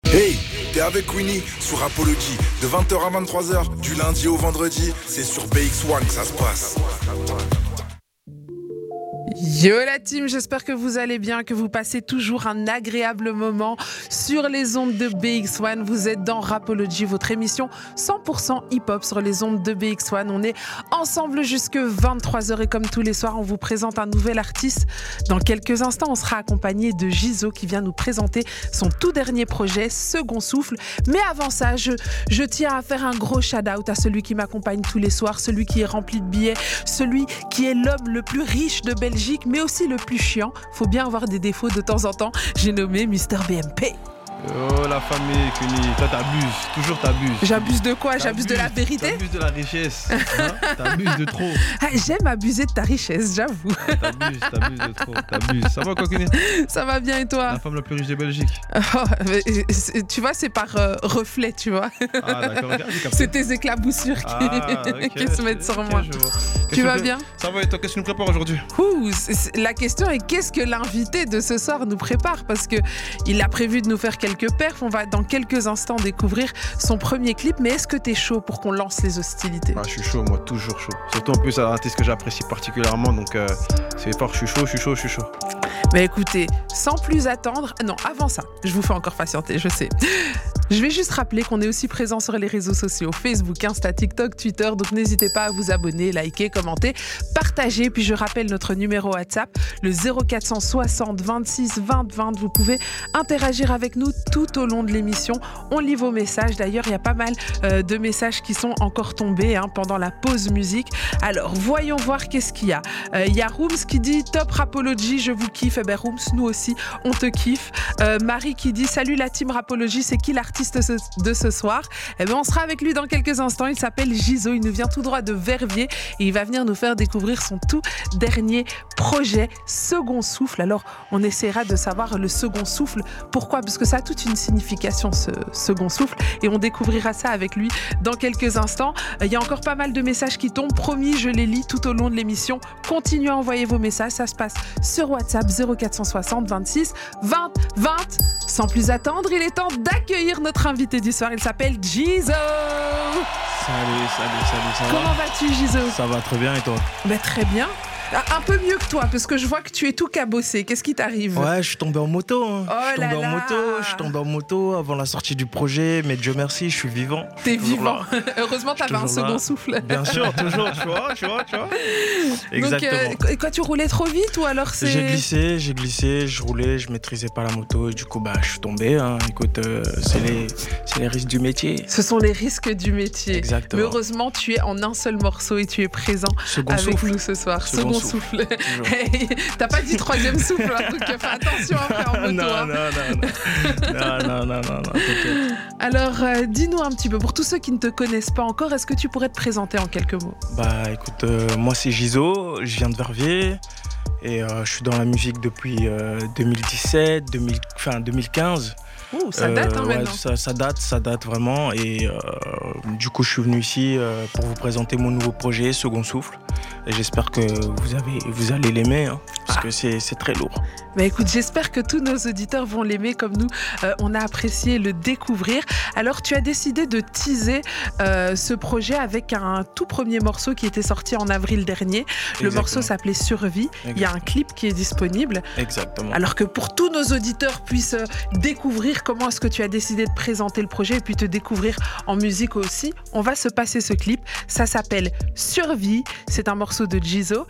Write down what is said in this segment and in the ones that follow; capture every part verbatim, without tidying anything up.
Hey, t'es avec Winnie sur Apology de vingt heures à vingt-trois heures du lundi au vendredi, c'est sur B X un que ça se passe. Yo la team, j'espère que vous allez bien, que vous passez toujours un agréable moment sur les ondes de B X un. Vous êtes dans Rapology, votre émission cent pour cent hip-hop sur les ondes de B X un. On est ensemble jusque vingt-trois heures et comme tous les soirs, on vous présente un nouvel artiste. Dans quelques instants, on sera accompagné de Gizo qui vient nous présenter son tout dernier projet, Second Souffle. Mais avant ça, je, je tiens à faire un gros shout-out à celui qui m'accompagne tous les soirs, celui qui est rempli de billets, celui qui est l'homme le plus riche de Belgique, mais aussi le plus chiant. Faut bien avoir des défauts de temps en temps. J'ai nommé Mister B M P. Oh la famille, Kuni, toi t'abuses, toujours t'abuses. J'abuse de quoi? T'abuses, J'abuse de la vérité? T'abuses de la richesse, hein. T'abuses de trop. Ah, j'aime abuser de ta richesse, j'avoue. Ah, t'abuses, t'abuses de trop, t'abuses. Ça va quoi, Kuni? Ça va bien et toi? La femme la plus riche de Belgique. Oh, mais, tu vois, c'est par euh, reflet, tu vois. Ah d'accord, regarde, j'ai capté. C'est tes éclaboussures qui, ah, okay, qui se mettent sur okay, moi. Tu vas que... bien? Ça va et toi, qu'est-ce que tu nous prépares aujourd'hui? Ouh, c'est, c'est... La question est qu'est-ce que l'invité de ce soir nous prépare? Parce qu'il a prévu de nous faire quelques perfs. On va dans quelques instants découvrir son premier clip. Mais est-ce que t'es chaud pour qu'on lance les hostilités? Ah, je suis chaud, moi, toujours chaud. Surtout en plus, c'est un artiste que j'apprécie particulièrement. Donc, euh, c'est fort, je suis chaud, je suis chaud, je suis chaud. Mais écoutez, sans plus attendre... Non, avant ça, je vous fais encore patienter, je sais. Je vais juste rappeler qu'on est aussi présent sur les réseaux sociaux, Facebook, Insta, TikTok, Twitter. Donc n'hésitez pas à vous abonner, liker, commenter, partager. Puis je rappelle notre numéro WhatsApp, le zéro quatre cent soixante vingt-six vingt vingt. Vous pouvez interagir avec nous tout au long de l'émission. On lit vos messages. D'ailleurs, il y a pas mal euh, de messages qui sont encore tombés hein, pendant la pause musique. Alors, voyons voir qu'est-ce qu'il y a. Euh, il y a Rooms qui dit « Top Rapology, je vous kiffe ». Eh ben Rooms, nous aussi, on te kiffe. Euh, Marie qui dit « Salut la team Rapology, c'est qui l'artiste de ce soir ?» Eh ben on sera avec lui dans quelques instants. Il s'appelle Gizo, il nous vient tout droit de Verviers et il va venir nous faire découvrir son tout dernier projet, Second Souffle. Alors, on essaiera de savoir le second souffle. Pourquoi? Parce que ça a toute une signification, ce second souffle, et on découvrira ça avec lui dans quelques instants. Il y a encore pas mal de messages qui tombent. Promis, je les lis tout au long de l'émission. Continuez à envoyer vos messages. Ça se passe sur WhatsApp zéro quatre cent soixante vingt-six vingt vingt. Sans plus attendre, il est temps d'accueillir notre invité du soir. Il s'appelle Gizo. Salut, salut, salut, ça va? Comment vas-tu, Gizo? Ça va très bien et toi? Ben, très bien. Un peu mieux que toi, parce que je vois que tu es tout cabossé. Qu'est-ce qui t'arrive? Ouais, je suis tombé en moto. Hein. Oh je suis tombé là en là. moto. Je suis tombé en moto avant la sortie du projet, mais Dieu merci, je suis vivant. T'es je suis vivant. Heureusement, t'avais un second là. souffle. Bien sûr, toujours, tu vois, tu vois, tu vois. Exactement. Donc, euh, quoi, tu roulais trop vite ou alors c'est... J'ai glissé, j'ai glissé, je roulais, je maîtrisais pas la moto et du coup, bah, je suis tombé. Hein. Écoute, euh, c'est les, c'est les risques du métier. Ce sont les risques du métier. Exactement. Mais heureusement, tu es en un seul morceau et tu es présent Second avec souffle. nous ce soir. Second Second souffle. souffle. Hey, t'as pas dit troisième souffle, hein, donc fais attention après en moto. Non, hein. non, non, non, non, non, non, non, non, t'inquiète. Alors, euh, dis-nous un petit peu, pour tous ceux qui ne te connaissent pas encore, est-ce que tu pourrais te présenter en quelques mots? Bah écoute, euh, moi c'est Gizo, je viens de Verviers et euh, je suis dans la musique depuis euh, deux mille dix-sept, deux mille, enfin deux mille quinze. Ouh, ça date hein, euh, ouais, maintenant. Ça, ça date, ça date vraiment. Et euh, du coup, je suis venu ici euh, pour vous présenter mon nouveau projet, Second Souffle. Et j'espère que vous, avez, vous allez l'aimer, hein, parce ah. que c'est, c'est très lourd. Bah écoute, j'espère que tous nos auditeurs vont l'aimer comme nous. Euh, on a apprécié le découvrir. Alors, tu as décidé de teaser euh, ce projet avec un tout premier morceau qui était sorti en avril dernier. Exactement. Le morceau s'appelait Survie. Exactement. Il y a un clip qui est disponible. Exactement. Alors que pour tous nos auditeurs puissent découvrir comment est-ce que tu as décidé de présenter le projet et puis te découvrir en musique aussi, on va se passer ce clip. Ça s'appelle Survie. C'est un morceau de Gizo,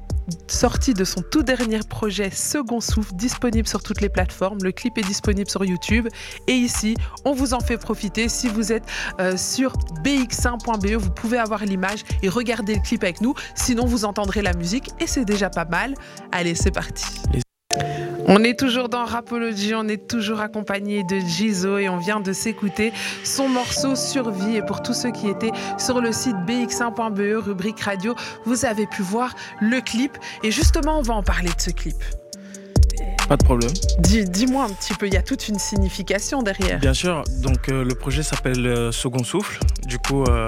sorti de son tout dernier projet Second Souffle, disponible sur toutes les plateformes. Le clip est disponible sur YouTube et ici on vous en fait profiter. Si vous êtes euh, sur b x un point b e, vous pouvez avoir l'image et regarder le clip avec nous, sinon vous entendrez la musique et c'est déjà pas mal. Allez, c'est parti. Les... On est toujours dans Rapology, on est toujours accompagné de Gizo et on vient de s'écouter son morceau Survie. Et pour tous ceux qui étaient sur le site b x un point b e, rubrique radio, vous avez pu voir le clip. Et justement, on va en parler de ce clip. Pas de problème. Dis, dis-moi un petit peu, il y a toute une signification derrière. Bien sûr, donc euh, le projet s'appelle euh, Second Souffle. Du coup, euh,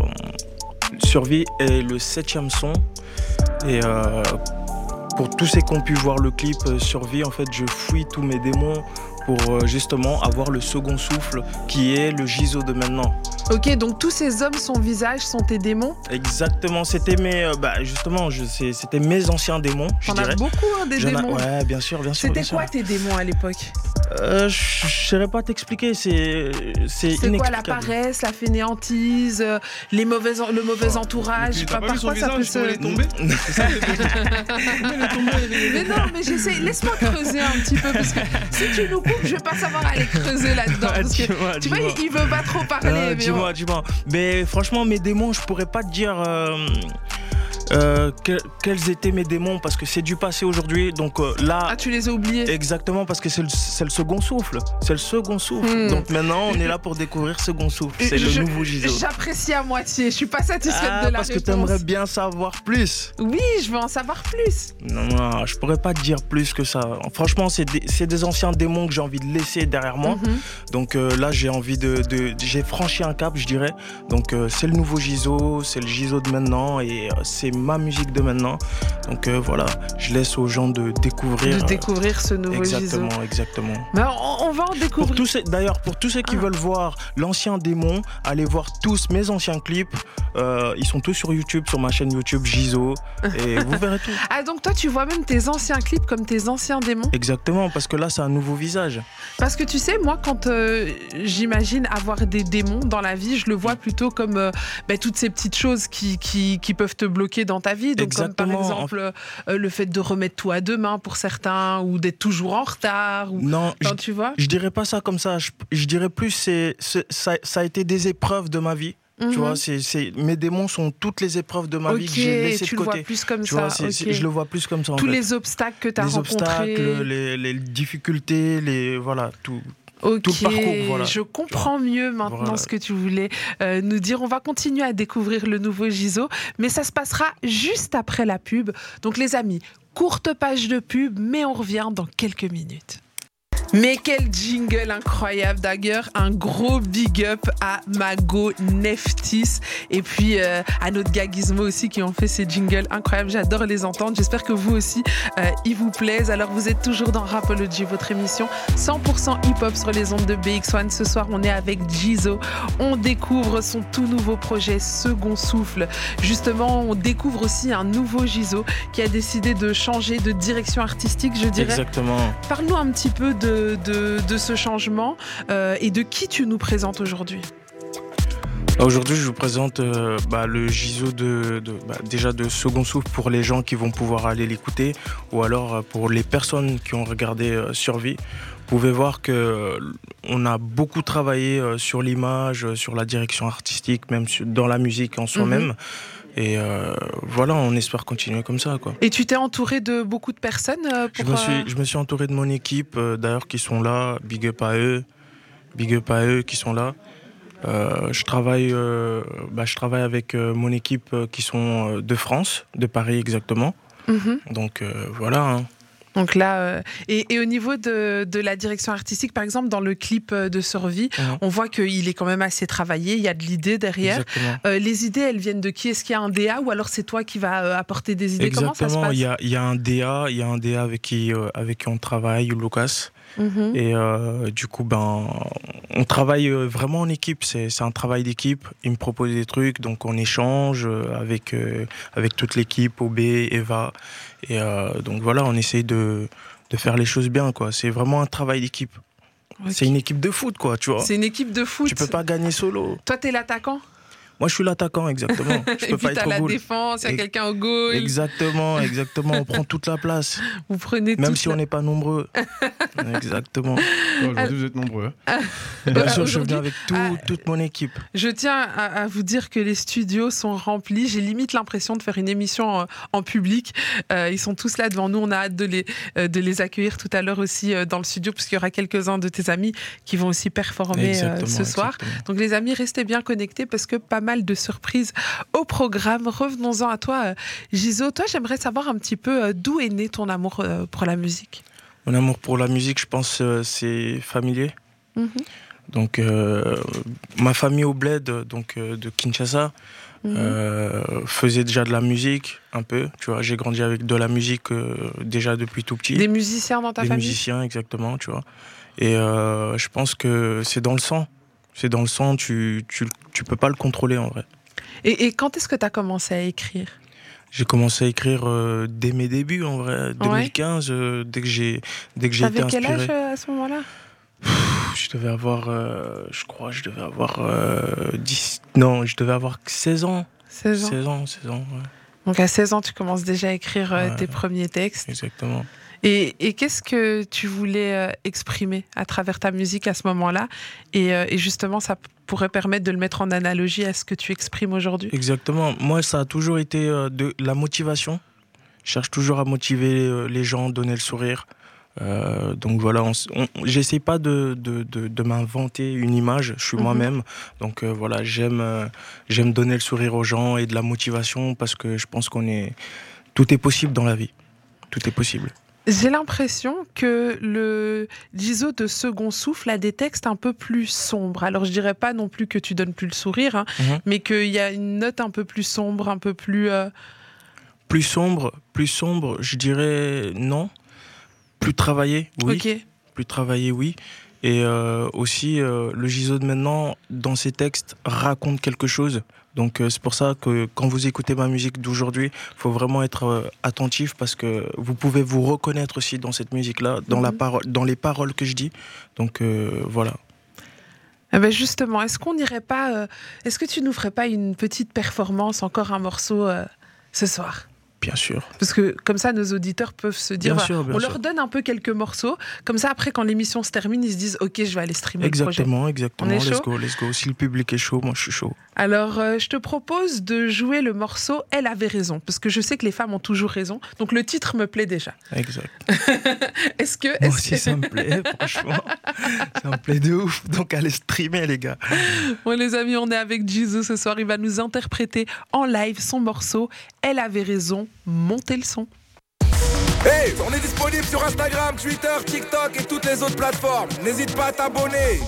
Survie est le septième son. Et... Euh, Pour tous ceux qui ont pu voir le clip euh, Survie, en fait, je fouille tous mes démons pour euh, justement avoir le second souffle qui est le Gizo de maintenant. Ok, donc tous ces hommes, son visage, sont tes démons? Exactement, c'était mes, euh, bah, justement, je, c'est, c'était mes anciens démons, je T'en dirais. as beaucoup, hein, des J'en a- démons. Ouais, bien sûr, bien sûr. C'était bien quoi sûr. tes démons à l'époque? euh, Je ne saurais pas t'expliquer, c'est, c'est C'est quoi, la inexplicable. paresse, la fainéantise, euh, les mauvais en- le mauvais entourage? Puis, je sais t'as pas pas vu par son quoi ça peut visage quand il est se... tombé? C'est ça, les démons. Mais non, mais j'essaie, laisse-moi creuser un petit peu, parce que si tu nous coupes, je vais pas savoir aller creuser là-dedans. Parce que, Dis-moi, tu vois, dis-moi. il, il veut pas trop parler. Ah, mais dis-moi, on- dis-moi. Mais franchement, mes démons, je pourrais pas te dire euh, euh, que- quels étaient mes démons parce que c'est du passé aujourd'hui. Donc euh, là, Ah, tu les as oubliés. exactement, parce que c'est le, c'est le second souffle. C'est le second souffle. Hmm. Donc maintenant, on est là pour découvrir second souffle. C'est Je- le nouveau Gizo. J'apprécie à moitié, je suis pas satisfaite Ah, de la parce que réponse. t'aimerais bien savoir plus. Oui, je veux en savoir plus. Non, non, je pourrais pas te dire plus que ça. Franchement, c'est des, c'est des anciens démons que j'ai envie de laisser derrière moi. Mhm. Donc euh, là, j'ai envie de, de- j'ai franchi un cap, je dirais. Donc euh, c'est le nouveau Gizo, c'est le Gizo de maintenant et euh, c'est ma musique de maintenant. Donc euh, voilà, je laisse aux gens de découvrir. De euh, découvrir ce nouveau Gizo. exactement, exactement. Mais on, on va en Pour découvrir. tous ces, d'ailleurs, pour tous ceux qui Ah. veulent voir l'ancien démon, allez voir tous mes anciens clips. Euh, ils sont tous sur YouTube, sur ma chaîne YouTube Gizo, et vous verrez tout. Ah, donc toi, tu vois même tes anciens clips comme tes anciens démons? Exactement, parce que là, c'est un nouveau visage. Parce que tu sais, moi, quand euh, j'imagine avoir des démons dans la vie, je le vois plutôt comme euh, bah, toutes ces petites choses qui, qui, qui peuvent te bloquer dans ta vie. Donc, comme par Exactement. exemple euh, le fait de remettre tout à demain pour certains, ou d'être toujours en retard. Ou... Non, je, Enfin, tu vois. je dirais pas ça comme ça. Je, je dirais plus, c'est, c'est- ça, ça a été des épreuves de ma vie. Mhm. Tu vois, c'est, c'est, mes démons sont toutes les épreuves de ma vie que j'ai Ok, laissées tu de le vois côté. plus comme Tu ça. vois, c'est- ok. c'est- je le vois plus comme ça. En Tous fait. les obstacles que tu as les rencontrés. obstacles, les, les difficultés, les voilà, tout. Ok, tout le parcours, voilà. je comprends mieux maintenant Voilà. ce que tu voulais euh, nous dire. On va continuer à découvrir le nouveau Gizo, mais ça se passera juste après la pub. Donc les amis, courte page de pub, mais on revient dans quelques minutes. Mais quel jingle incroyable, d'ailleurs, un gros big up à Mago Neftis et puis euh, à notre gars Gizmo aussi qui ont fait ces jingles incroyables, j'adore les entendre, j'espère que vous aussi euh, ils vous plaisent. Alors vous êtes toujours dans Rapology, votre émission cent pour cent hip-hop sur les ondes de B X one. Ce soir on est avec Gizo, on découvre son tout nouveau projet Second Souffle. Justement, on découvre aussi un nouveau Gizo qui a décidé de changer de direction artistique, je dirais. Exactement. Parle-nous un petit peu de, de, de ce changement euh, et de qui tu nous présentes aujourd'hui. Aujourd'hui, je vous présente euh, bah, le Gizo de, de bah, déjà de Second Souffle pour les gens qui vont pouvoir aller l'écouter, ou alors euh, pour les personnes qui ont regardé euh, Survie. Vous pouvez voir que euh, on a beaucoup travaillé euh, sur l'image, euh, sur la direction artistique, même sur- dans la musique en soi-même. Et euh, voilà, on espère continuer comme ça, quoi. Et tu t'es entouré de beaucoup de personnes euh, Je pour, me euh, suis, je me suis entouré de mon équipe, euh, d'ailleurs, qui sont là. Big up à eux, big up à eux qui sont là. Euh, je travaille, euh, bah, je travaille avec euh, mon équipe euh, qui sont euh, de France, de Paris exactement. mhm. Donc euh, voilà. Hein. Donc là, euh, et, et au niveau de, de la direction artistique, par exemple, dans le clip euh, de Survie, Mhm. on voit qu'il est quand même assez travaillé, il y a de l'idée derrière. Exactement. Euh, les idées, elles viennent de qui? Est-ce qu'il y a un D A ou alors c'est toi qui vas euh, apporter des idées? Comment ça se Exactement. passe? Il y a, il y a un D A, il y a un D A avec qui, euh, avec qui on travaille, Lucas. Mhm. Et euh, du coup, ben, on travaille euh, vraiment en équipe. C'est, c'est un travail d'équipe. Il me propose des trucs, donc on échange euh, avec, euh, avec toute l'équipe, O B, Eva. Et euh, donc voilà, on essaye de, de faire les choses bien, quoi. C'est vraiment un travail d'équipe. Ok. C'est une équipe de foot, quoi, tu vois. C'est une équipe de foot. Tu peux pas gagner solo. Toi, t'es l'attaquant. Moi, je suis l'attaquant, exactement. Je Et peux puis pas t'as être au la goal. défense, il y a Ex- quelqu'un au goal. Exactement, exactement. On prend toute la place, Vous prenez même toute si la- on n'est pas nombreux. Exactement. Ouais, Aujourd'hui, vous êtes nombreux. hein. Bien sûr, je aujourd'hui, viens avec tout- ah, toute mon équipe. Je tiens à, à vous dire que les studios sont remplis. J'ai limite l'impression de faire une émission en, en public. Euh, ils sont tous là devant nous. On a hâte de les, euh, de les accueillir tout à l'heure aussi euh, dans le studio, parce qu'il y aura quelques-uns de tes amis qui vont aussi performer euh, Exactement, ce soir. exactement. Donc les amis, restez bien connectés parce que pas mal de surprises au programme. Revenons-en à toi, euh, Gizo. Toi, j'aimerais savoir un petit peu euh, d'où est né ton amour euh, pour la musique. Mon amour pour la musique, je pense, euh, c'est familier. Mhm. Donc, euh, ma famille au bled, donc euh, de Kinshasa, mmh. euh, faisait déjà de la musique, un peu. Tu vois, j'ai grandi avec de la musique euh, déjà depuis tout petit. Des musiciens dans ta Des famille ? Des musiciens, exactement, tu vois. Et euh, je pense que c'est dans le sang. C'est dans le sang, tu, tu, tu peux pas le contrôler, en vrai. Et, et quand est-ce que tu as commencé à écrire ? J'ai commencé à écrire euh, dès mes débuts, en vrai. deux mille quinze, ouais. euh, dès que j'ai, dès que j'ai été inspiré. T'avais quel âge euh, à ce moment-là ? Je devais avoir, euh, je crois, je devais avoir euh, dix, non, je devais avoir seize ans. seize ans. seize ans, seize ans, ouais. Donc à seize ans, tu commences déjà à écrire euh, ouais, tes premiers textes. Exactement. Et, et qu'est-ce que tu voulais euh, exprimer à travers ta musique à ce moment-là ? Et, euh, et justement, ça pourrait permettre de le mettre en analogie à ce que tu exprimes aujourd'hui. Exactement. Moi, ça a toujours été euh, de la motivation. Je cherche toujours à motiver euh, les gens, donner le sourire. Euh, donc voilà, on, on, j'essaie pas de, de, de, de m'inventer une image, je suis mm-hmm. moi-même. Donc euh, voilà, j'aime, euh, j'aime donner le sourire aux gens et de la motivation parce que je pense qu'on est... Tout est possible dans la vie. Tout est possible. J'ai l'impression que le Gizo de Second Souffle a des textes un peu plus sombres. Alors je dirais pas non plus que tu donnes plus le sourire, hein, mm-hmm. mais qu'il y a une note un peu plus sombre, un peu plus... Euh... Plus sombre, plus sombre, je dirais non. Plus travaillé, oui. Okay. Plus travaillé, oui. Et euh, aussi, euh, le Gizo de maintenant, dans ses textes, raconte quelque chose. Donc euh, c'est pour ça que quand vous écoutez ma musique d'aujourd'hui, il faut vraiment être euh, attentif parce que vous pouvez vous reconnaître aussi dans cette musique-là, dans, mm-hmm. la parole, dans les paroles que je dis. Donc euh, voilà. Eh ben justement, est-ce qu'on n'irait pas... Euh, est-ce que tu nous ferais pas une petite performance, encore un morceau euh, ce soir ? Bien sûr. Parce que comme ça, nos auditeurs peuvent se dire, bien sûr, bien on sûr. leur donne un peu quelques morceaux, comme ça après quand l'émission se termine, ils se disent ok, je vais aller streamer exactement, le projet. Exactement, exactement. Let's go, let's go. Si le public est chaud, moi je suis chaud. Alors euh, je te propose de jouer le morceau Elle avait raison, parce que je sais que les femmes ont toujours raison, donc le titre me plaît déjà. Exact. Est-ce que... Moi est-ce aussi que... ça me plaît, franchement. Ça me plaît de ouf, donc allez streamer les gars. Bon les amis, on est avec Gizo ce soir, il va nous interpréter en live son morceau Elle avait raison, montez le son. Hey, on est disponible sur Instagram, Twitter, TikTok et toutes les autres plateformes. N'hésite pas à t'abonner.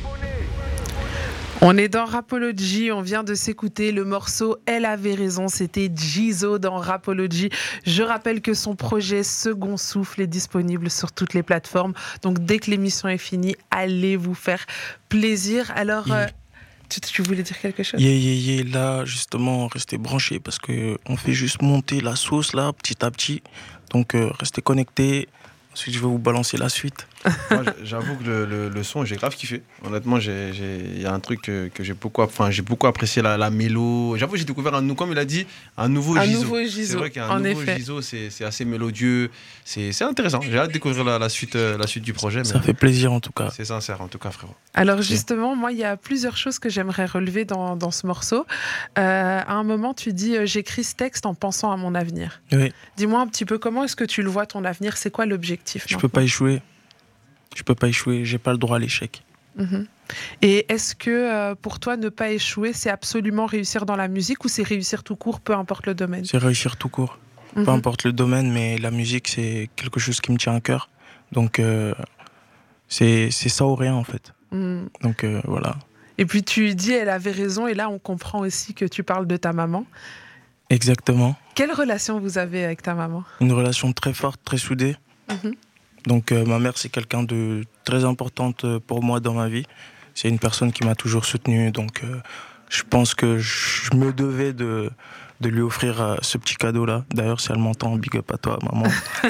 On est dans Rapology, on vient de s'écouter le morceau Elle avait raison, c'était Gizo dans Rapology. Je rappelle que son projet Second Souffle est disponible sur toutes les plateformes. Donc dès que l'émission est finie, allez vous faire plaisir. Alors... Yeah. Euh, Tu, tu voulais dire quelque chose ? Yeah, yeah, yeah. Là, justement, restez branchés parce qu'on fait juste monter la sauce, là, petit à petit. Donc, euh, restez connectés. Ensuite, je vais vous balancer la suite. Moi, j'avoue que le, le, le son, j'ai grave kiffé. Honnêtement, il y a un truc que, que j'ai beaucoup, enfin, j'ai beaucoup apprécié, la, la mélo. J'avoue, j'ai découvert, un, comme il a dit, un nouveau un Gizo. Nouveau Gizo. C'est vrai qu'un en nouveau effet. Gizo, c'est, c'est assez mélodieux. C'est, c'est intéressant. J'ai hâte de découvrir la, la, suite, la suite du projet. Mais ça fait plaisir, en tout cas. C'est sincère, en tout cas, frérot. Alors justement, moi, il y a plusieurs choses que j'aimerais relever dans, dans ce morceau. Euh, à un moment, tu dis euh, « J'écris ce texte en pensant à mon avenir ». Oui. Dis-moi un petit peu, comment est-ce que tu le vois, ton avenir ? C'est quoi l'objectif ? Je ne peux pas échouer. Je peux pas échouer. J'ai pas le droit à l'échec. Mmh. Et est-ce que euh, pour toi, ne pas échouer, c'est absolument réussir dans la musique ou c'est réussir tout court, peu importe le domaine ? C'est réussir tout court. Mmh. Peu importe le domaine, mais la musique, c'est quelque chose qui me tient à cœur. Donc, euh, c'est, c'est ça ou rien, en fait. Mmh. Donc, euh, voilà. Et puis, tu dis, elle avait raison. Et là, on comprend aussi que tu parles de ta maman. Exactement. Quelle relation vous avez avec ta maman ? Une relation très forte, très soudée. Mmh. Donc euh, ma mère, c'est quelqu'un de très importante pour moi dans ma vie. C'est une personne qui m'a toujours soutenu. Donc euh, je pense que je me devais de, de lui offrir euh, ce petit cadeau-là. D'ailleurs, si elle m'entend, big up à toi, maman.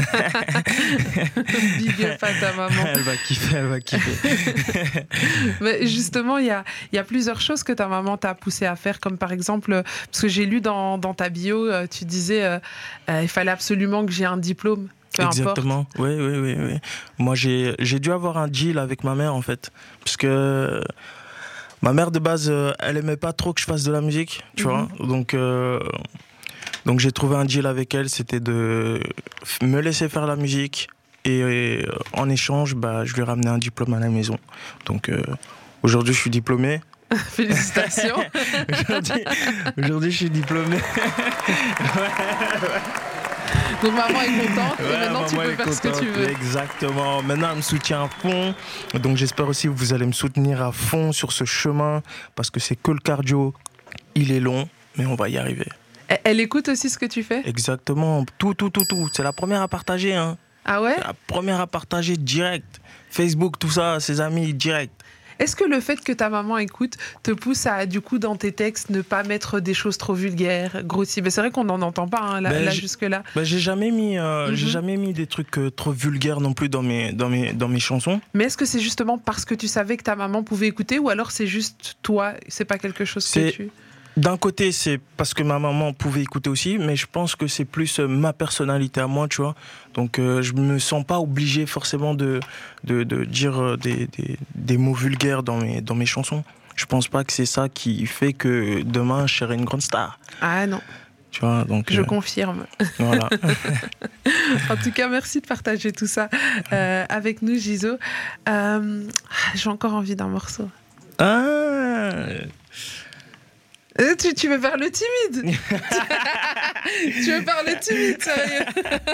Big up à ta maman. Elle va kiffer, elle va kiffer. Mais justement, il y a, y a plusieurs choses que ta maman t'a poussé à faire, comme par exemple, parce que j'ai lu dans, dans ta bio, tu disais euh, euh, il fallait absolument que j'ai un diplôme. Peu Exactement, oui, oui, oui, oui. Moi, j'ai, j'ai dû avoir un deal avec ma mère, en fait. Parce que ma mère, de base, elle aimait pas trop que je fasse de la musique, tu mm-hmm. vois. Donc, euh, donc, j'ai trouvé un deal avec elle, c'était de me laisser faire la musique. Et, et en échange, bah, je lui ai ramené un diplôme à la maison. Donc, euh, aujourd'hui, je suis diplômé. Félicitations. aujourd'hui, aujourd'hui, je suis diplômé. ouais, ouais. Donc maman est contente Ouais, et maintenant tu maman peux est faire ce que contente, tu veux. Exactement. Maintenant, elle me soutient à fond. Donc j'espère aussi que vous allez me soutenir à fond sur ce chemin parce que c'est que le cardio. Il est long, mais on va y arriver. Elle, elle écoute aussi ce que tu fais? Exactement. Tout, tout, tout, tout. C'est la première à partager. Hein. Ah ouais? La première à partager direct. Facebook, tout ça, ses amis, direct. Est-ce que le fait que ta maman écoute te pousse à, du coup, dans tes textes, ne pas mettre des choses trop vulgaires, grossières? Ben, c'est vrai qu'on n'en entend pas hein, là, Ben, là j'- jusque-là. Bah, j'ai jamais mis, euh, Mhm. j'ai jamais mis des trucs euh, trop vulgaires non plus dans mes, dans mes, dans mes chansons. Mais est-ce que c'est justement parce que tu savais que ta maman pouvait écouter ou alors c'est juste toi, c'est pas quelque chose que C'est- tu... D'un côté, c'est parce que ma maman pouvait écouter aussi, mais je pense que c'est plus euh, ma personnalité à moi, tu vois. Donc, euh, je me sens pas obligé forcément de, de, de dire euh, des, des, des mots vulgaires dans mes, dans mes chansons. Je pense pas que c'est ça qui fait que demain, je serai une grande star. Ah non, Tu vois, donc. je euh, confirme. Voilà. En tout cas, merci de partager tout ça euh, avec nous, Gizo. Euh, j'ai encore envie d'un morceau. Ah Euh, Tu, tu veux faire le timide? Tu veux faire le timide, sérieux?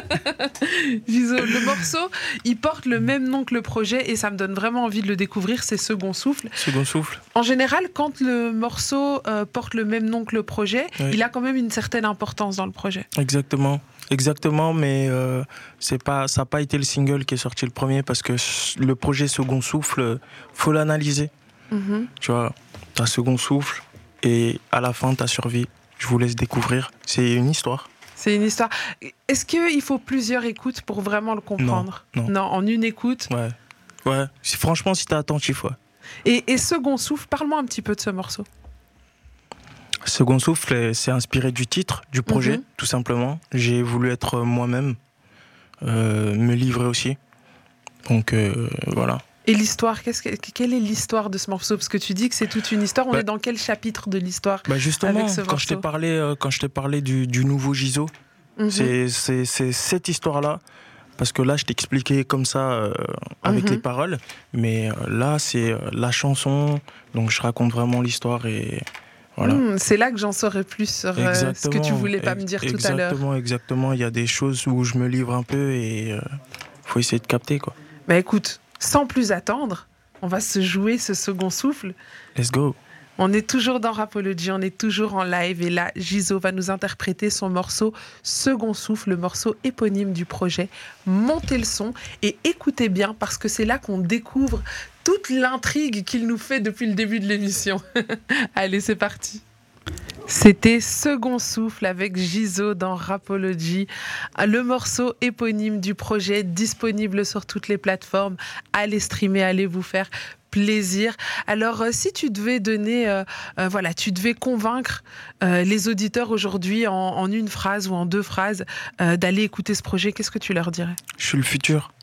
Gizo, le morceau, il porte le même nom que le projet et ça me donne vraiment envie de le découvrir, c'est Second Souffle. Second souffle. En général, quand le morceau euh, porte le même nom que le projet, Oui. il a quand même une certaine importance dans le projet. Exactement. Exactement, mais euh, c'est pas, ça n'a pas été le single qui est sorti le premier parce que s- le projet Second Souffle, faut l'analyser. Mhm. Tu vois, t'as Second Souffle et à la fin, t'as Survie. Je vous laisse découvrir. C'est une histoire. C'est une histoire. Est-ce qu'il faut plusieurs écoutes pour vraiment le comprendre? Non, non. en une écoute. Ouais. Ouais. Si- franchement, si t'es attentif, ouais. Et, et Second Souffle, parle-moi un petit peu de ce morceau. Second Souffle, euh, c'est inspiré du titre, du projet, Mhm. tout simplement. J'ai voulu être moi-même, euh, me livrer aussi. Donc, euh, voilà. Et l'histoire, qu'est-ce que, quelle est l'histoire de ce morceau? Parce que tu dis que c'est toute une histoire. On Bah- est dans quel chapitre de l'histoire? Bah justement, Avec ce quand je t'ai morceau. parlé, euh, quand je t'ai parlé du, du nouveau Gizo, Mhm. c'est, c'est, c'est cette histoire-là. Parce que là, je t'ai expliqué comme ça euh, avec Mhm. les paroles. Mais euh, là, c'est euh, la chanson. Donc, je raconte vraiment l'histoire et voilà. Hmm, c'est là que j'en saurais plus sur euh, ce que tu voulais pas me dire tout à l'heure. Exactement, exactement. Il y a des choses où je me livre un peu et euh, faut essayer de capter, quoi. Bah écoute, sans plus attendre, on va se jouer ce Second Souffle. Let's go. On est toujours dans Rapology, on est toujours en live et là, Gizo va nous interpréter son morceau Second Souffle, le morceau éponyme du projet. Montez le son et écoutez bien parce que c'est là qu'on découvre toute l'intrigue qu'il nous fait depuis le début de l'émission. Allez, c'est parti. C'était Second Souffle avec Gizo dans Rapology, le morceau éponyme du projet disponible sur toutes les plateformes. Allez streamer, allez vous faire plaisir. Alors, euh, si tu devais donner, euh, euh, voilà, tu devais convaincre euh, les auditeurs aujourd'hui en, en une phrase ou en deux phrases euh, d'aller écouter ce projet, qu'est-ce que tu leur dirais? Je suis le futur.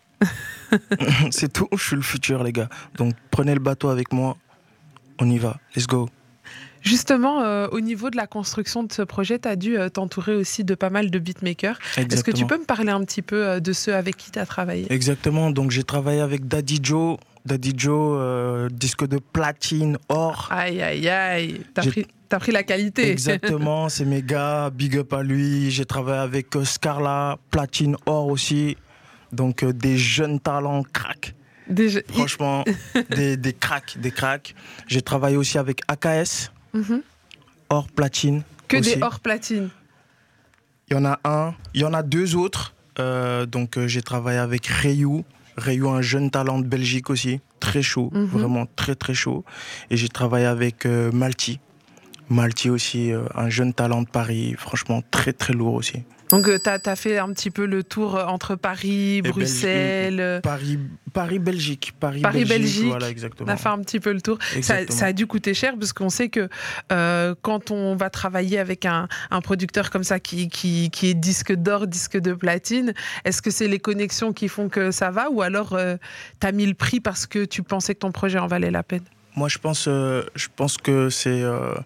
C'est tout, je suis le futur, les gars. Donc, prenez le bateau avec moi. On y va. Let's go. Justement, euh, au niveau de la construction de ce projet, tu as dû euh, t'entourer aussi de pas mal de beatmakers. Est-ce que tu Exactement. peux me parler un petit peu euh, de ceux avec qui tu as travaillé? Exactement. Donc, j'ai travaillé avec Daddy Joe. Daddy Joe, euh, disque de platine, or. Aïe, aïe, aïe, t'as J'ai- pris, t'as pris la qualité. Exactement, c'est mes gars, big up à lui. J'ai travaillé avec euh, Scarla, platine, or aussi. Donc, euh, des jeunes talents crack. Déjà, il- Franchement, des, des cracks, des cracks. J'ai travaillé aussi avec A K S, Mhm. or platine. Que aussi. des hors platine. Il y en a un, il y en a deux autres. Euh, donc, euh, j'ai travaillé avec Rayou. Rayou, un jeune talent de Belgique aussi, très chaud, Mhm. vraiment très très chaud. Et j'ai travaillé avec euh, Malti. Malti aussi, euh, un jeune talent de Paris, franchement très très lourd aussi. Donc, tu as fait un petit peu le tour euh, entre Paris, Bruxelles. euh, Paris, Paris, Belgique. Paris, Paris, Belgique, Belgique. Voilà, On exactement. a fait un petit peu le tour. Ça, Exactement. ça a dû coûter cher parce qu'on sait que euh, quand on va travailler avec un, un producteur comme ça qui, qui, qui est disque d'or, disque de platine, est-ce que c'est les connexions qui font que ça va ou alors euh, tu as mis le prix parce que tu pensais que ton projet en valait la peine? Moi, je pense, euh, je pense que c'est euh,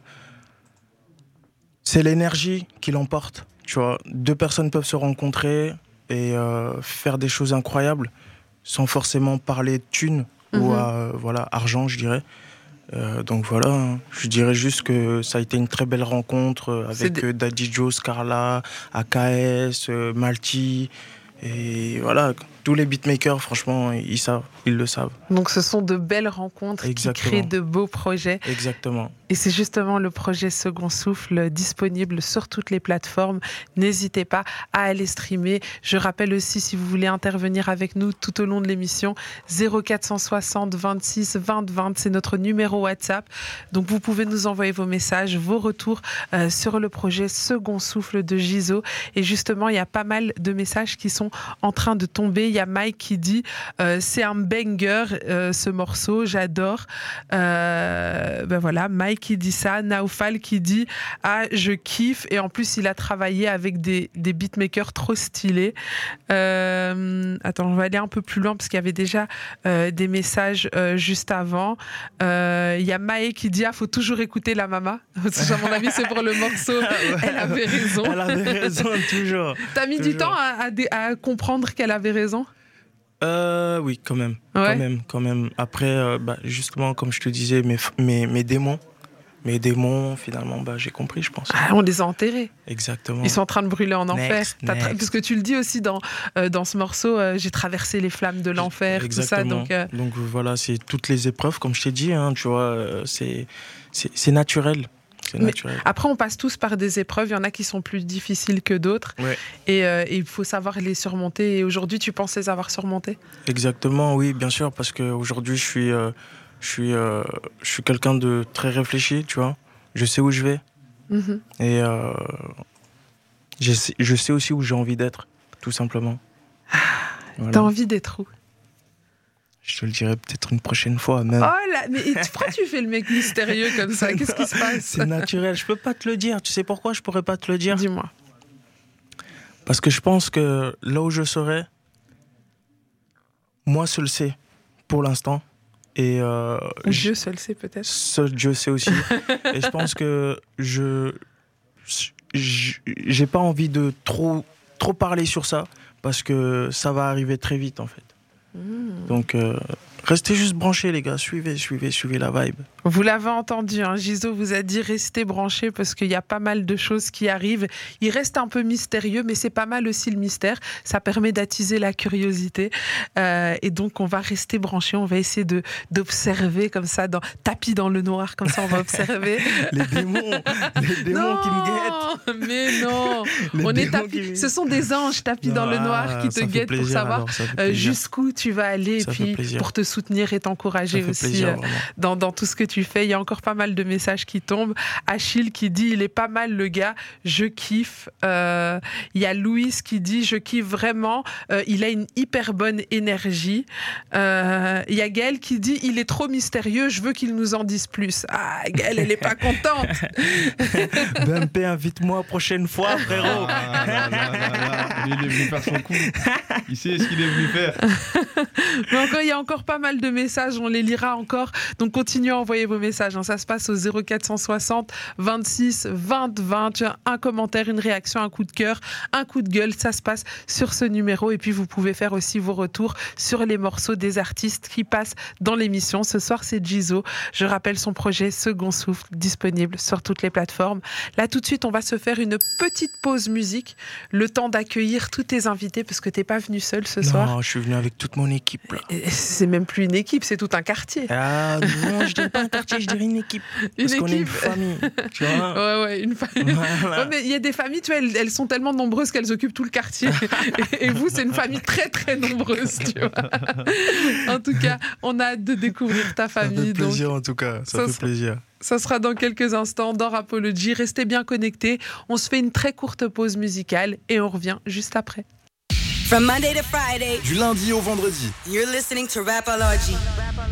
c'est l'énergie qui l'emporte. Tu vois, deux personnes peuvent se rencontrer et euh, faire des choses incroyables sans forcément parler de thunes ou Mhm. à, euh, voilà, argent, je dirais. Euh, donc voilà, hein. Je dirais juste que ça a été une très belle rencontre avec des... Daddy Joe, Scarla, A K S, euh, Malti. Et voilà, tous les beatmakers, franchement, ils savent, ils le savent. Donc ce sont de belles rencontres Exactement. Qui créent de beaux projets. Exactement. Et c'est justement le projet Second Souffle, disponible sur toutes les plateformes. N'hésitez pas à aller streamer. Je rappelle aussi, si vous voulez intervenir avec nous tout au long de l'émission, zéro quatre cent soixante vingt-six vingt vingt, c'est notre numéro WhatsApp. Donc vous pouvez nous envoyer vos messages, vos retours euh, sur le projet Second Souffle de Gizo. Et justement, il y a pas mal de messages qui sont en train de tomber. Il y a Mike qui dit euh, c'est un banger euh, ce morceau, j'adore. Euh, ben voilà, Mike qui dit ça. Naufal qui dit ah je kiffe, et en plus il a travaillé avec des, des beatmakers trop stylés. Euh, attends, on va aller un peu plus loin parce qu'il y avait déjà euh, des messages euh, juste avant. Euh, il y a Maë qui dit ah faut toujours écouter la mama. À mon avis c'est pour le morceau. Elle avait raison. Elle avait raison toujours. T'as mis toujours. du temps à, à, à comprendre qu'elle avait raison? Euh, oui, quand même, ouais. quand même, quand même. Après, euh, bah, justement, comme je te disais, mes, mes, mes démons, mes démons, finalement, bah, j'ai compris, je pense. Ah, on les a enterrés. Exactement. Ils sont en train de brûler en enfer. Next, next. Tra- parce que tu le dis aussi dans, euh, dans ce morceau, euh, j'ai traversé les flammes de l'enfer, Exactement. tout ça. Donc, euh... donc voilà, c'est toutes les épreuves, comme je t'ai dit, hein, tu vois, euh, c'est, c'est, c'est naturel. Mais après, on passe tous par des épreuves. Il y en a qui sont plus difficiles que d'autres. Ouais. Et euh, il faut savoir les surmonter. Et aujourd'hui, tu penses les avoir surmontés? Exactement, oui, bien sûr. Parce qu'aujourd'hui, je suis, euh, je suis, euh, je suis quelqu'un de très réfléchi, tu vois. Je sais où je vais. Mm-hmm. Et euh, je, sais, je sais aussi où j'ai envie d'être, tout simplement. Ah, voilà. T'as envie d'être où? Je te le dirai peut-être une prochaine fois. Même. Oh là, mais pourquoi tu fais le mec mystérieux comme ça? Qu'est-ce qui se passe? C'est naturel, je peux pas te le dire. Tu sais pourquoi je pourrais pas te le dire? Dis-moi. Parce que je pense que là où je serai, moi seul sais, pour l'instant. Et euh, Dieu seul sait peut-être. Seul Dieu sait aussi. Et je pense que je, je j'ai pas envie de trop, trop parler sur ça, parce que ça va arriver très vite en fait. Mmh. Donc, euh, restez juste branchés, les gars. Suivez, suivez, suivez la vibe. Vous l'avez entendu, hein, Gizo vous a dit restez branchés parce qu'il y a pas mal de choses qui arrivent. Il reste un peu mystérieux, mais c'est pas mal aussi le mystère. Ça permet d'attiser la curiosité. Euh, et donc, on va rester branchés. On va essayer de, d'observer comme ça, dans, tapis dans le noir, comme ça, on va observer. Les démons, les démons non, qui me guettent. Mais non, on est tapis. Qui... Ce sont des anges tapis ah, dans le noir qui te guettent plaisir, pour savoir alors, euh, jusqu'où tu vas aller, ça et puis pour te soutenir et t'encourager aussi plaisir, euh, dans, dans tout ce que tu fais. Il y a encore pas mal de messages qui tombent. Achille qui dit il est pas mal le gars, je kiffe. Euh, il y a Louise qui dit je kiffe vraiment, euh, il a une hyper bonne énergie. Euh, il y a Gaëlle qui dit il est trop mystérieux, je veux qu'il nous en dise plus. Ah, Gaëlle, elle est pas contente. B M P, invite-moi prochaine fois, frérot. Ah, là, là, là, là. Il est venu faire son coup. Il sait ce qu'il est venu faire. Mais encore, il y a encore pas mal de messages, on les lira encore. Donc continuez à envoyer vos messages. Hein. Ça se passe au zéro quatre cent soixante vingt-six vingt vingt. Un commentaire, une réaction, un coup de cœur, un coup de gueule. Ça se passe sur ce numéro. Et puis vous pouvez faire aussi vos retours sur les morceaux des artistes qui passent dans l'émission. Ce soir, c'est Gizo. Je rappelle son projet Second Souffle, disponible sur toutes les plateformes. Là, tout de suite, on va se faire une petite pause musique. Le temps d'accueillir tous tes invités parce que t'es pas venu seul ce non, soir. Non, je suis venu avec toute mon équipe. Là. C'est même plus une équipe, c'est tout un quartier. Ah non, je dirais pas un quartier, je dirais une équipe. Une parce équipe. qu'on est une famille, tu vois. Ouais, ouais, une famille. Voilà. Ouais, mais il y a des familles, tu vois, elles, elles sont tellement nombreuses qu'elles occupent tout le quartier. et, et vous, c'est une famille très, très nombreuse, tu vois. En tout cas, on a hâte de découvrir ta famille. Ça fait plaisir, donc, en tout cas. Ça, ça fait sera, plaisir. Ça sera dans quelques instants dans Rapology. Restez bien connectés. On se fait une très courte pause musicale et on revient juste après. From Monday to Friday, du lundi au vendredi, you're listening to Rapology.